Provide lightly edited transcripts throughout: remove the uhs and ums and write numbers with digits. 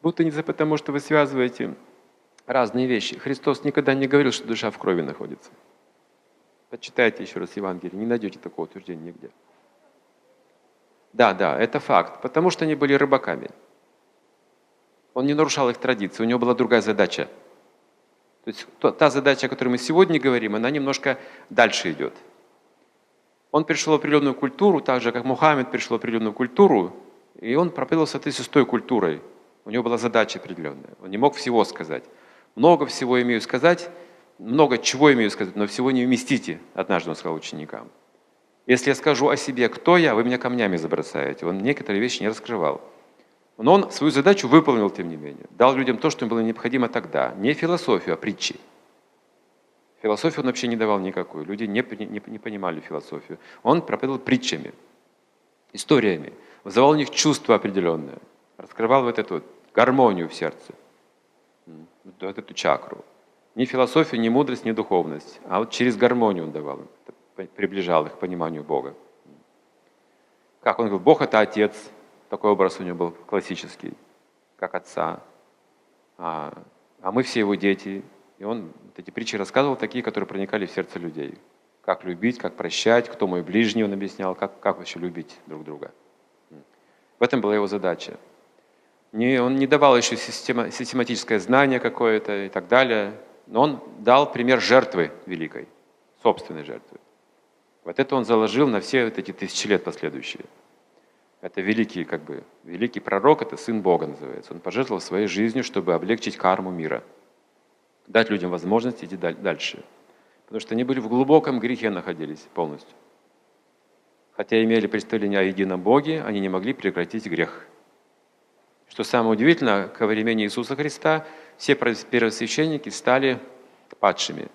Путаница, потому что вы связываете разные вещи. Христос никогда не говорил, что душа в крови находится. Почитайте еще раз Евангелие, не найдете такого утверждения нигде. Да, это факт, потому что они были рыбаками. Он не нарушал их традиции, у него была другая задача. То есть та задача, о которой мы сегодня говорим, она немножко дальше идет. Он пришел в определенную культуру, так же, как Мухаммед пришел в определенную культуру, и он проповедовал в соответствии с той культурой. У него была задача определенная. Он не мог всего сказать. Много всего имею сказать, много чего имею сказать, но всего не вместите, однажды он сказал ученикам. Если я скажу о себе, кто я, вы меня камнями забросаете. Он некоторые вещи не раскрывал. Но он свою задачу выполнил, тем не менее. Дал людям то, что им было необходимо тогда. Не философию, а притчи. Философию он вообще не давал никакую. Люди не понимали философию. Он проповедовал притчами, историями. Вызывал у них чувство определенное. Раскрывал вот эту гармонию в сердце. Вот эту чакру. Ни философию, ни мудрость, ни духовность. А вот через гармонию он давал им. Приближал их к пониманию Бога. Как он говорил, Бог — это Отец. Такой образ у него был классический, как Отца. А мы все его дети. И он эти притчи рассказывал, такие, которые проникали в сердце людей. Как любить, как прощать, кто мой ближний, он объяснял, как вообще любить друг друга. В этом была его задача. Он не давал еще систематическое знание какое-то и так далее, но он дал пример жертвы великой, собственной жертвы. Вот это он заложил на все вот эти тысячи лет последующие. Это великий пророк, это сын Бога называется. Он пожертвовал своей жизнью, чтобы облегчить карму мира. Дать людям возможность идти дальше. Потому что они были в глубоком грехе находились полностью. Хотя имели представление о едином Боге, они не могли прекратить грех. Что самое удивительное, ко времени Иисуса Христа все первосвященники стали падшими.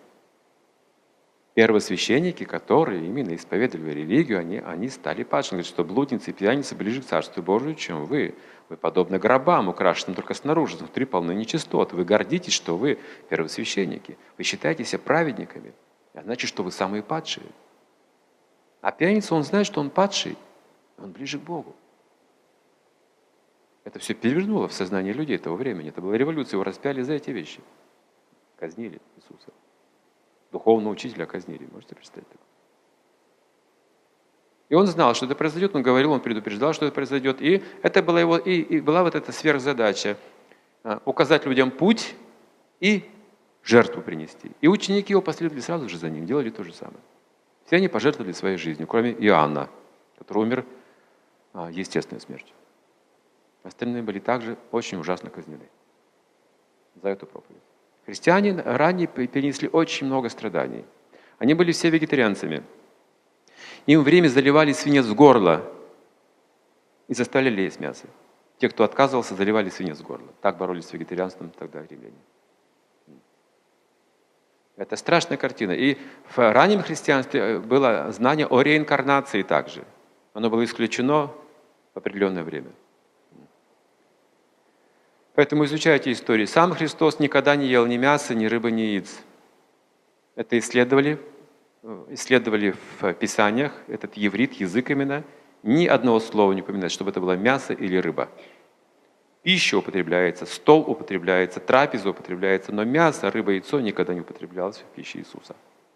Первосвященники, которые именно исповедовали религию, они стали падшими. Говорят, что блудницы и пьяницы ближе к Царству Божию, чем вы. Вы подобны гробам, украшенным только снаружи, внутри полны нечистот. Вы гордитесь, что вы первосвященники. Вы считаете себя праведниками. А значит, что вы самые падшие. А пьяница, он знает, что он падший. Он ближе к Богу. Это все перевернуло в сознание людей того времени. Это была революция. Его распяли за эти вещи. Казнили Иисуса. Духовного учителя казнили. Можете представить такое? И он знал, что это произойдет, он говорил, он предупреждал, что это произойдет. И это была его, и была вот эта сверхзадача указать людям путь и жертву принести. И ученики его последовали сразу же за ним, делали то же самое. Все они пожертвовали своей жизнью, кроме Иоанна, который умер естественной смертью. Остальные были также очень ужасно казнены за эту проповедь. Христиане ранее перенесли очень много страданий. Они были все вегетарианцами. Им время заливали свинец в горло и заставляли есть мясо. Те, кто отказывался, заливали свинец в горло. Так боролись с вегетарианством тогда римляне. Это страшная картина. И в раннем христианстве было знание о реинкарнации также. Оно было исключено в определенное время. Поэтому изучайте историю. Сам Христос никогда не ел ни мяса, ни рыбы, ни яиц. Это исследовали в Писаниях, этот еврит, язык именно, ни одного слова не упоминает, чтобы это было мясо или рыба. Пища употребляется, стол употребляется, трапеза употребляется, но мясо, рыба, яйцо никогда не употреблялось в пище Иисуса.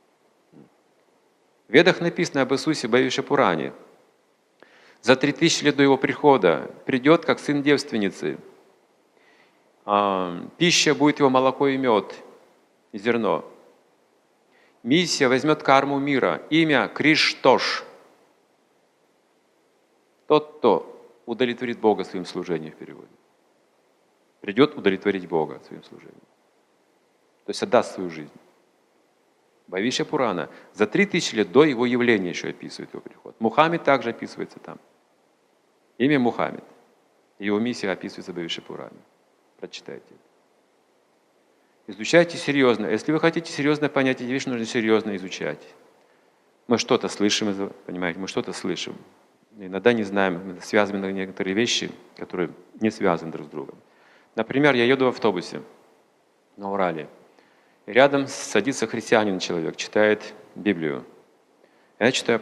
В Ведах написано об Иисусе Бхавишья Пуране. За 3000 лет до Его прихода придет как сын девственницы. Пища будет его молоко и мед, и зерно. Миссия возьмет карму мира. Имя Криштош. Тот, кто удовлетворит Бога своим служением в переводе. Придет удовлетворить Бога своим служением. То есть отдаст свою жизнь. Бхавишья Пурана за 3000 лет до его явления еще описывает его приход. Мухаммед также описывается там. Имя Мухаммед. Его миссия описывается в Бхавишья Пуране. Прочитайте это. Изучайте серьезно. Если вы хотите серьезно понять эти вещи, нужно серьезно изучать. Мы что-то слышим, понимаете, мы что-то слышим. Иногда не знаем, мы связываем некоторые вещи, которые не связаны друг с другом. Например, я еду в автобусе на Урале. И рядом садится христианин человек, читает Библию. Я читаю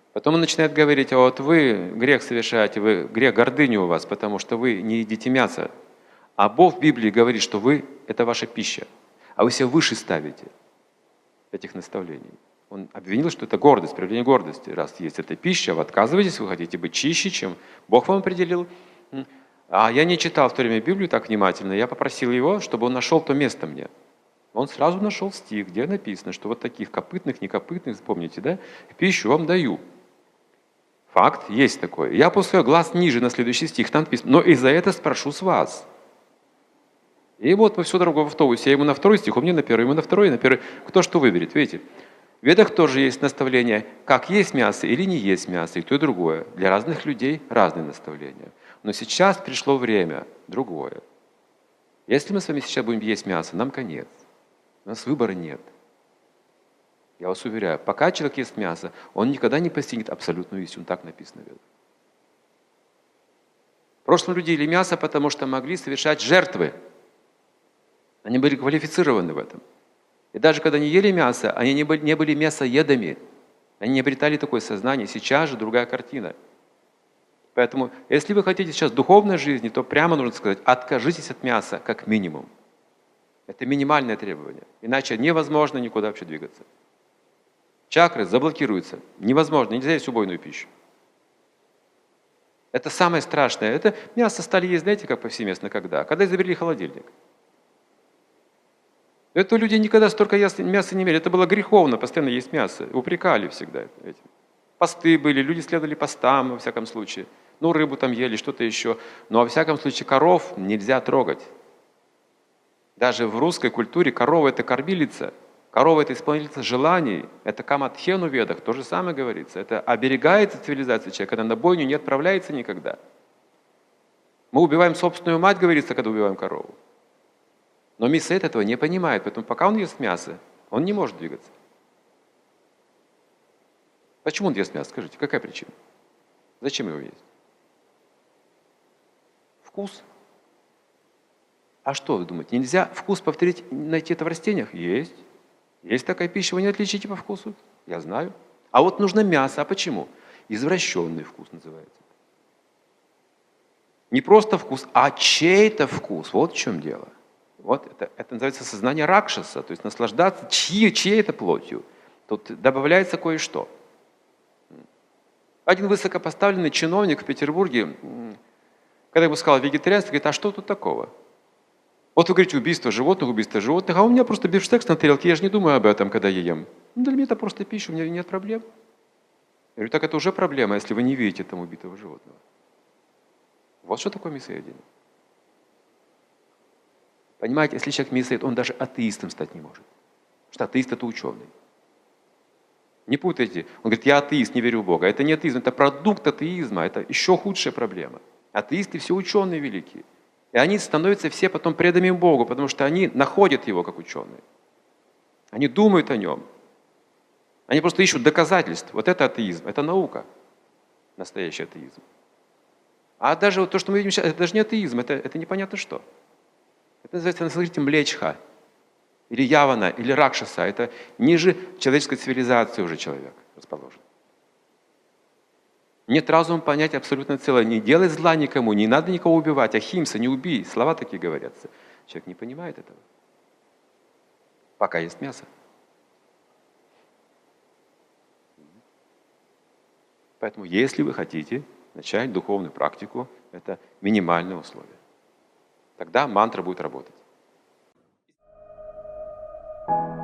Потом он начинает говорить, а вот вы грех совершаете, вы грех гордыни у вас, потому что вы не едите мясо. А Бог в Библии говорит, что вы – это ваша пища, а вы себя выше ставите этих наставлений. Он обвинил, что это гордость, проявление гордости. Раз есть эта пища, вы отказываетесь, вы хотите быть чище, чем Бог вам определил. А я не читал в то время Библию так внимательно, я попросил его, чтобы он нашел то место мне. Он сразу нашел стих, где написано, что вот таких копытных, некопытных, помните, да, пищу вам даю. Факт есть такой. Я опускаю глаз ниже на следующий стих, там написано, но и за это спрошу с вас. И вот мы всю дорогу в автобусе, я ему на второй стих, он мне на первый, ему на второй, на первый. Кто что выберет, видите? В Ведах тоже есть наставление, как есть мясо или не есть мясо, и то, и другое. Для разных людей разные наставления. Но сейчас пришло время другое. Если мы с вами сейчас будем есть мясо, нам конец. У нас выбора нет. Я вас уверяю, пока человек ест мясо, он никогда не постигнет абсолютную истину. Так написано в Ведах. В прошлом люди ели мясо, потому что могли совершать жертвы. Они были квалифицированы в этом. И даже когда они ели мясо, они не были мясоедами. Они не обретали такое сознание. Сейчас же другая картина. Поэтому, если вы хотите сейчас духовной жизни, то прямо нужно сказать, откажитесь от мяса, как минимум. Это минимальное требование. Иначе невозможно никуда вообще двигаться. Чакры заблокируются. Невозможно, нельзя есть убойную пищу. Это самое страшное. Это мясо стали есть, знаете, как повсеместно когда? Когда изобрели холодильник. Это люди никогда столько мяса не имели. Это было греховно, постоянно есть мясо. Упрекали всегда этим. Посты были, люди следовали постам, во всяком случае. Ну, рыбу там ели, что-то еще. Но, во всяком случае, коров нельзя трогать. Даже в русской культуре корова – это кормилица. Корова – это исполнительница желаний. Это камадхену в Ведах, то же самое говорится. Это оберегается цивилизация человека, когда на бойню не отправляется никогда. Мы убиваем собственную мать, говорится, когда убиваем корову. Но Мисет этого не понимает, поэтому пока он ест мясо, он не может двигаться. Почему он ест мясо? Скажите, какая причина? Зачем его есть? Вкус. А что вы думаете, нельзя вкус повторить, найти это в растениях? Есть. Есть такая пища, вы не отличите по вкусу? Я знаю. А вот нужно мясо. А почему? Извращенный вкус называется. Не просто вкус, а чей-то вкус. Вот в чем дело. Вот это называется сознание ракшаса, то есть наслаждаться чьей-то плотью. Тут добавляется кое-что. Один высокопоставленный чиновник в Петербурге, когда ему сказал вегетарианство, говорит, а что тут такого? Вот вы говорите, убийство животных, а у меня просто бифштекс на тарелке, я же не думаю об этом, когда я ем. Ну, для меня это просто пища, у меня нет проблем. Я говорю, так это уже проблема, если вы не видите там убитого животного. Вот что такое мясоедение. Понимаете, если человек мясоед, он даже атеистом стать не может. Потому что атеист – это ученый. Не путайте. Он говорит, я атеист, не верю в Бога. Это не атеизм, это продукт атеизма, это еще худшая проблема. Атеисты все ученые великие. И они становятся все потом преданными Богу, потому что они находят Его как ученые. Они думают о Нем. Они просто ищут доказательств. Вот это атеизм, это наука. Настоящий атеизм. А даже вот то, что мы видим сейчас, это даже не атеизм, это непонятно что. Это называется на санскрите млечха, или явана, или ракшаса. Это ниже человеческой цивилизации уже человек расположен. Нет разума понять абсолютно целое. Не делай зла никому, не надо никого убивать. Ахимса, не убей. Слова такие говорятся. Человек не понимает этого. Пока есть мясо. Поэтому, если вы хотите начать духовную практику, это минимальное условие. Тогда мантра будет работать.